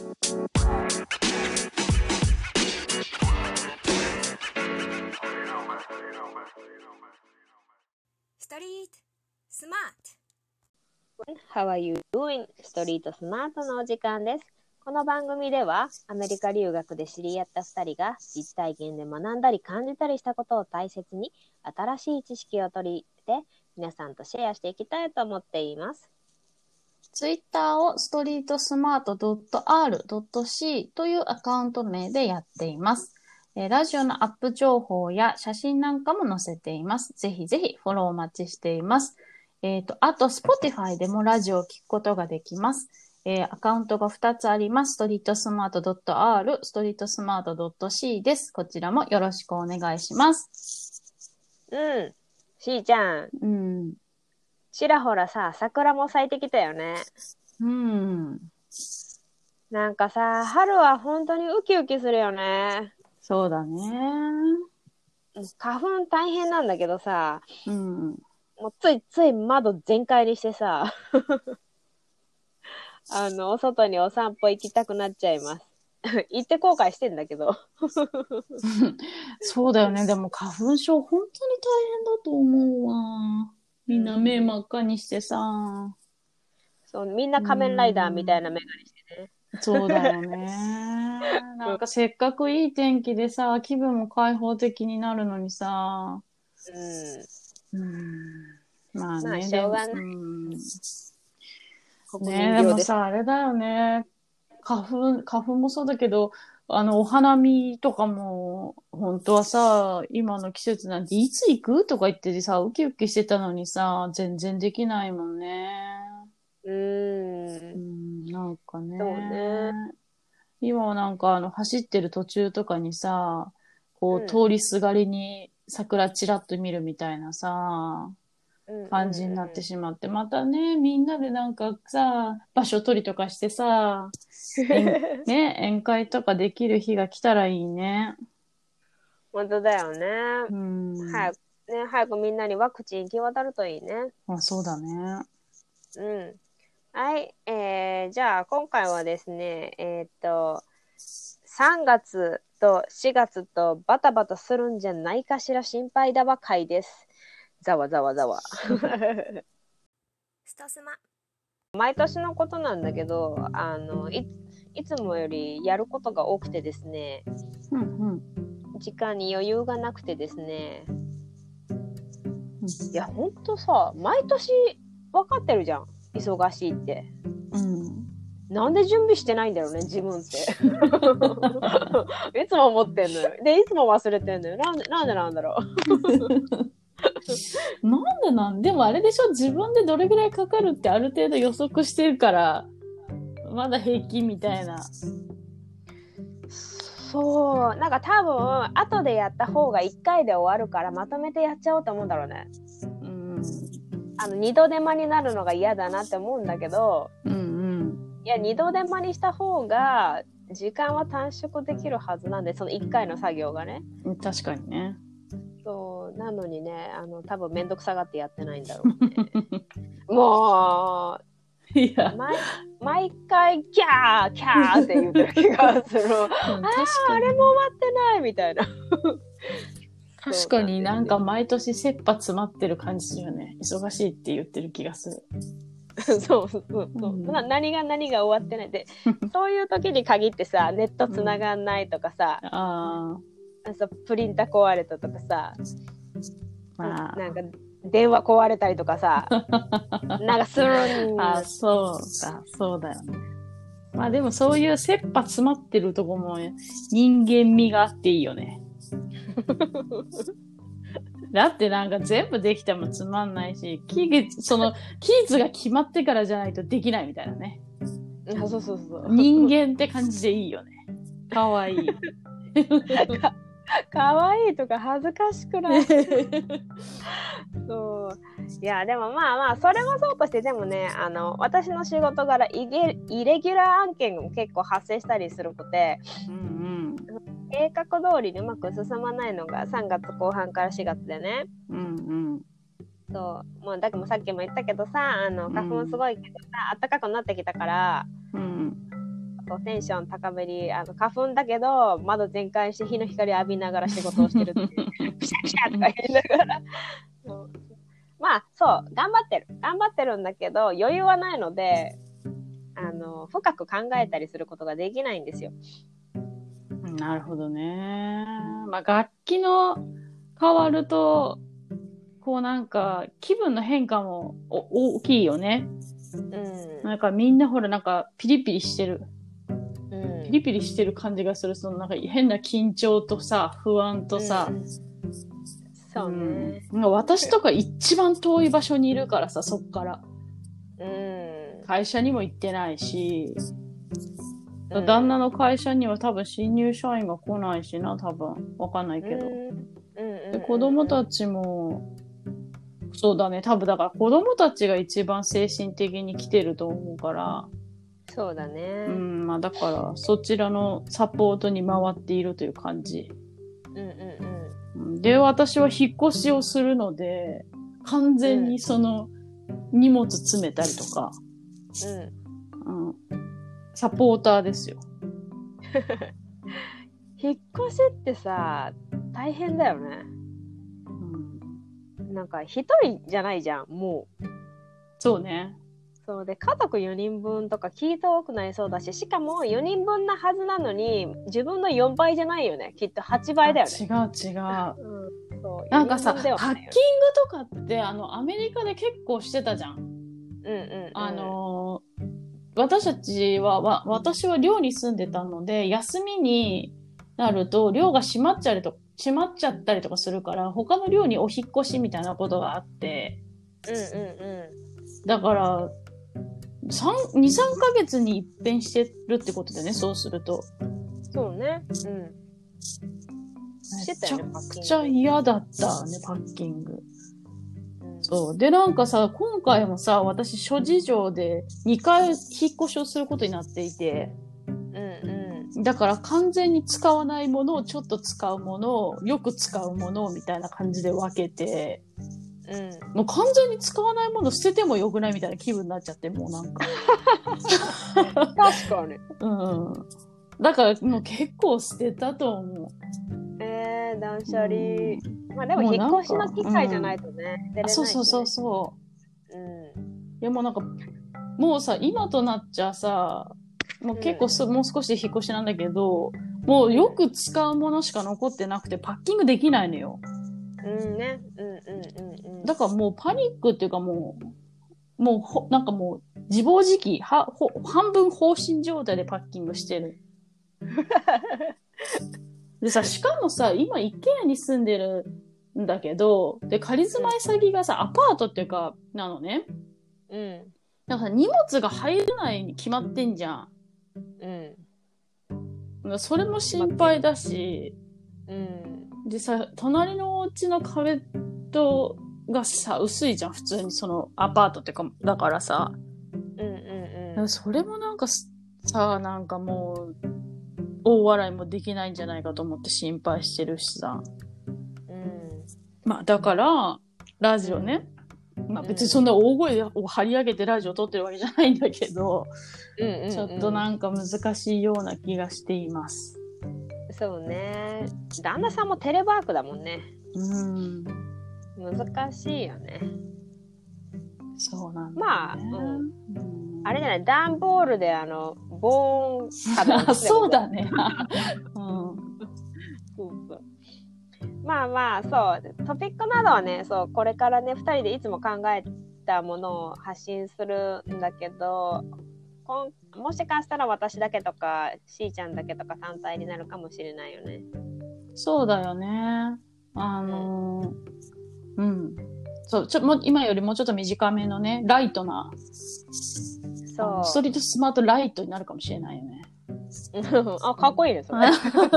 ストリートスマート How are you doing? ストリートスマートのお時間です。この番組ではアメリカ留学で知り合った2人が実体験で学んだり感じたりしたことを大切に新しい知識を取り入れて皆さんとシェアしていきたいと思っています。 ツイッターをストリートスマート .r.c というアカウント名でやっています。ラジオのアップ情報や写真なんかも載せています。ぜひぜひフォローお待ちしています。あと Spotify でもラジオを聞くことができます。アカウントが2つあります。ストリートスマート .r、ストリートスマート .c です。こちらもよろしくお願いします。 しーちゃん。ちらほらさ、桜も咲いてきたよね。なんかさ、春は本当にウキウキするよね。 そうだね。 花粉大変なんだけどさ、もうついつい窓全開にしてさ、お外にお散歩行きたくなっちゃいます。行って後悔してんだけど。 そうだよね。でも花粉症本当に大変だと思うわ。みんな目真っ赤にしてさ。 そう、みんな仮面ライダーみたいな目がにしてね。 そうだよね。なんかせっかくいい天気でさ、気分も開放的になるのにさ。まあね。 まあ、しょうがない。 ね、でもさ、あれだよね。花粉もそうだけど、お花見とかも、本当はさ、今の季節なんていつ行くとか言ってさ、ウキウキしてたのにさ、全然できないもんね。なんかね。 そうね。 今はなんか走ってる途中とかにさ、こう、通りすがりに桜ちらっと見るみたいなさ、感じになってしまって、またね、みんなでなんかさ、場所取りとかしてさ、宴会とかできる日が来たらいいね。 本当だよね。早くみんなにワクチン行き渡るといいね。 そうだね。 はい、じゃあ今回はですね、3月と4月とバタバタするんじゃないかしら心配だわ回です。ざわざわざわ。 ストスマ。 毎年のことなんだけど、いつもよりやることが多くてですね、時間に余裕がなくてですね、いやほんとさ、毎年分かってるじゃん、忙しいって。なんで準備してないんだろうね、自分って。いつも思ってんのよ。で、いつも忘れてんのよ。なんでなんだろう。 でもあれでしょ、自分でどれぐらいかかるってある程度予測してるから、まだ平気みたいな。 そう、なんか多分、後でやった方が1回で終わるからまとめてやっちゃおうと思うんだろうね。二度手間になるのが嫌だなって思うんだけど、いや、二度手間にした方が時間は短縮できるはずなんで、その1回の作業がね。 確かにね。 そうなのにね、多分めんどくさがってやってないんだろうね。もういや毎回キャーキャーって言ってる気がする。あれも終わってないみたいな。 確かになんか毎年切羽詰まってる感じするよね。忙しいって言ってる気がする。 そう、何が終わってないってそういう時に限ってさ、ネットつながんないとかさ、プリンター壊れたとかさ、なんか電話壊れたりとかさ、なんかするんそうだよね。まあでもそういう切羽詰まってるとこも人間味があっていいよね。だってなんか全部できてもつまんないし、期日が決まってからじゃないとできないみたいなね。 そう人間って感じでいいよね。かわいい。 かわいいとか恥ずかしくないそういやでもまあそれもそうとして、でもね、私の仕事柄イレギュラー案件も結構発生したりするので、計画通りにうまく進まないのが3月後半から4月でね。そうもうだからさっきも言ったけどさ、花粉すごいけどさ、暖かくなってきたから、 そうテンション高めに花粉だけど窓全開して日の光浴びながら仕事をしてるっていうピシャピシャとか言いながらまあそう頑張ってるんだけど余裕はないので深く考えたりすることができないんですよ。 なるほどね。まあ楽器の変わるとこうなんか気分の変化も大きいよね。なんかみんなほらなんかピリピリしてる、ピリピリしてる感じがする。そのなんか変な緊張とさ不安とさ、 そうね、 私とか一番遠い場所にいるからさ、そっから、会社にも行ってないし、旦那の会社には多分新入社員が来ないしな、多分わかんないけど、で子供たちもそうだね、多分だから子供たちが一番精神的に来てると思うから。 そうだね。 まあだからそちらのサポートに回っているという感じ。で、私は引っ越しをするので、完全にその荷物詰めたりとか、サポーターですよ。 引っ越しってさ、大変だよね。なんか一人じゃないじゃん、もう。 そうね。 そうで、家族4人分とか気遠くなりそうだし、しかも4人分なはずなのに自分の4倍じゃないよね。きっと8倍だよね。 違う。そうなんかさ、ハッキングとかってアメリカで結構してたじゃん。私たちは私は寮に住んでたので、休みになると寮が閉まっちゃったりとかするから、他の寮にお引っ越しみたいなことがあって、だから2、3ヶ月に一変してるってことでね、そうすると。 そうね。 めちゃくちゃ嫌だったね、パッキング。そう。で、なんかさ、今回もさ、私諸事情で2回引っ越しをすることになっていて、だから完全に使わないものをちょっと使うものをよく使うものをみたいな感じで分けて、もう完全に使わないもの捨ててもよくないみたいな気分になっちゃって、もうなんか確かに。 だからもう結構捨てたと思う。 断捨離。まあでも引っ越しの機会じゃないとね。 そう。いやもうなんかもうさ、今となっちゃさ、もう結構もう少しで引っ越しなんだけど、もうよく使うものしか残ってなくてパッキングできないのよ。だからもうパニックっていうかもうなんかもう自暴自棄、半分放心状態でパッキングしてる。でさ、しかもさ、今一軒家に住んでるんだけど、で、仮住まい先がさ、アパートっていうか、なのね。だから荷物が入らないに決まってんじゃん。それも心配だし、でさ、隣のお家の壁とがさ、薄いじゃん、普通にそのアパートってか、だからさ。それもなんかさ、なんかもう、大笑いもできないんじゃないかと思って心配してるしさ。まあだから、ラジオね。まあ別にそんな大声を張り上げてラジオ撮ってるわけじゃないんだけど、ちょっとなんか難しいような気がしています。 そうね。旦那さんもテレワークだもんね。難しいよね。 そうなんだ、ね。 まあ、あれじゃない、段ボールで防音壁をそうだね。 まあまあ、そうトピックなどはね、そうこれからね2人でいつも考えたものを発信するんだけど、もしかしたら私だけとかしーちゃんだけとか単体になるかもしれないよね。 そうだよね。そう今よりもうちょっと短めのね、ライトな、そうストリートスマートライトになるかもしれないよね。 あ、かっこいいですね。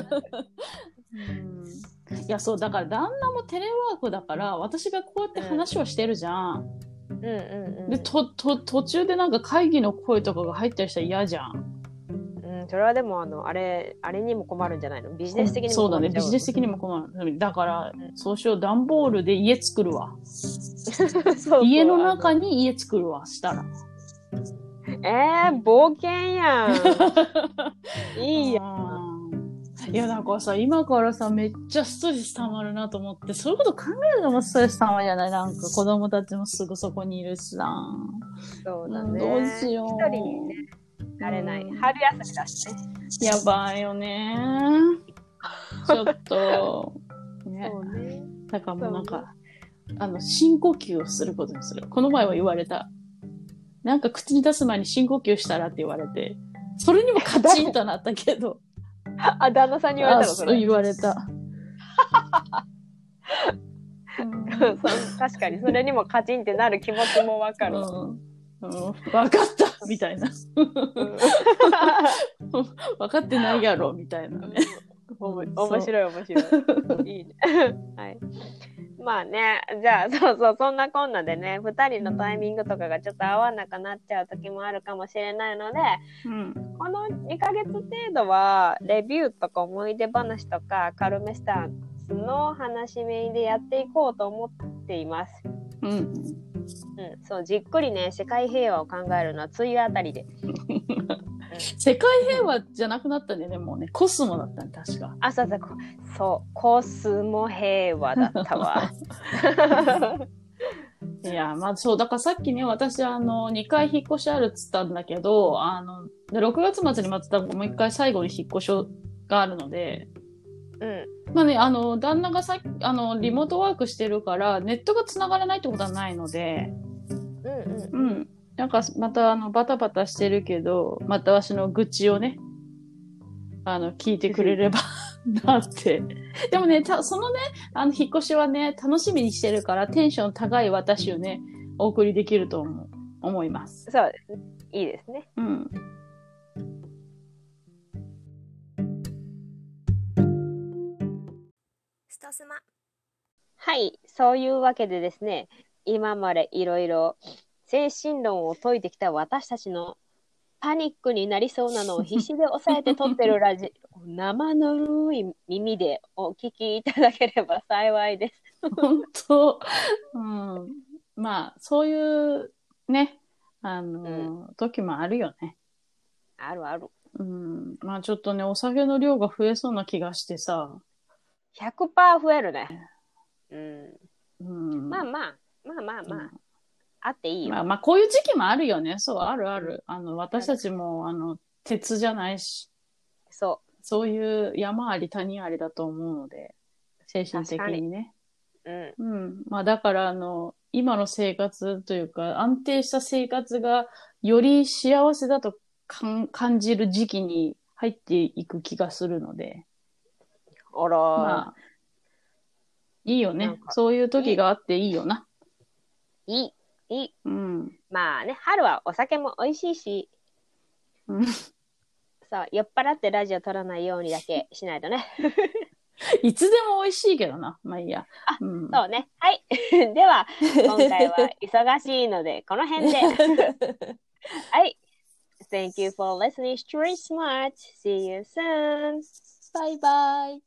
いや、そうだから旦那もテレワークだから私がこうやって話をしてるじゃん。で途中でなんか会議の声とかが入ったりしたら嫌じゃん。 それはでもあれにも困るんじゃないの？ビジネス的にも困る。 そうだね、ビジネス的にも困る。だから、そうしよう、段ボールで家作るわ。家の中に家作るわ、したら。 冒険やん。いいやん。いや、だからさ、今からさ、めっちゃストレス溜まるなと思って、そういうこと考えるのもストレス溜まるじゃない？なんか子供たちもすぐそこにいるしさ。 そうだね。 どうしよう。 一人にね、なれない。春休みだしね。 やばいよね。ちょっと、ね。 そうね。 だからもうなんか、深呼吸をすることにする。この前は言われた。なんか口に出す前に深呼吸したらって言われて、それにもカチンとなったけど。 旦那さんに言われたの？それ言われた。 確かにそれにもカチンってなる気持ちもわかる。 分かったみたいな。分かってないやろみたいなね。 面白い。いいね。はい。まあね、じゃあそんなこんなでね、2人のタイミングとかがちょっと合わなくなっちゃう時もあるかもしれないので、この2ヶ月程度はレビューとか思い出話とかカルメスタンスの話メインでやっていこうと思っています。そう、じっくりね、世界平和を考えるのは梅雨あたりで。 世界平和じゃなくなったね、でもね、コスモだったね、確か。 そう、コスモ平和だったわ。 いや、まあそう、だからさっきね、私2回引っ越しあるっつったんだけど、6月末にまたもう一回最後に引っ越しがあるので、まあね、旦那がリモートワークしてるから、ネットが繋がらないってことはないので、なんかまたバタバタしてるけど、また私の愚痴をね、聞いてくれればなって。でもね、そのね、引っ越しはね、楽しみにしてるからテンション高い私をね、お送りできると思います。 そうです。いいですね。 ストスマ。 はい、そういうわけでですね、今までいろいろ精神論を解いてきた私たちのパニックになりそうなのを必死で抑えて撮ってるラジオ、生ぬるい耳でお聞きいただければ幸いです。 本当、まあ、そういうね、時もあるよね。 ある。 まあちょっとね、お酒の量が増えそうな気がしてさ。 100% 増えるね。まあ。あっていいよ。 まあこういう時期もあるよね。そう、ある。私たちも、鉄じゃないし。そういう山あり谷ありだと思うので、精神的にね。まあだから今の生活というか、安定した生活がより幸せだと感じる時期に入っていく気がするので。まあ、いいよね。そういう時があっていいよな。 いい。まあね、春はお酒も美味しいし、そう、酔っ払ってラジオ撮らないようにだけしないとね。 いつでも美味しいけどな。まあいいや。 そうね。はい。では、今回は忙しいので、この辺で。はい。Thank you for listening. Street Smart. See you soon. Bye bye.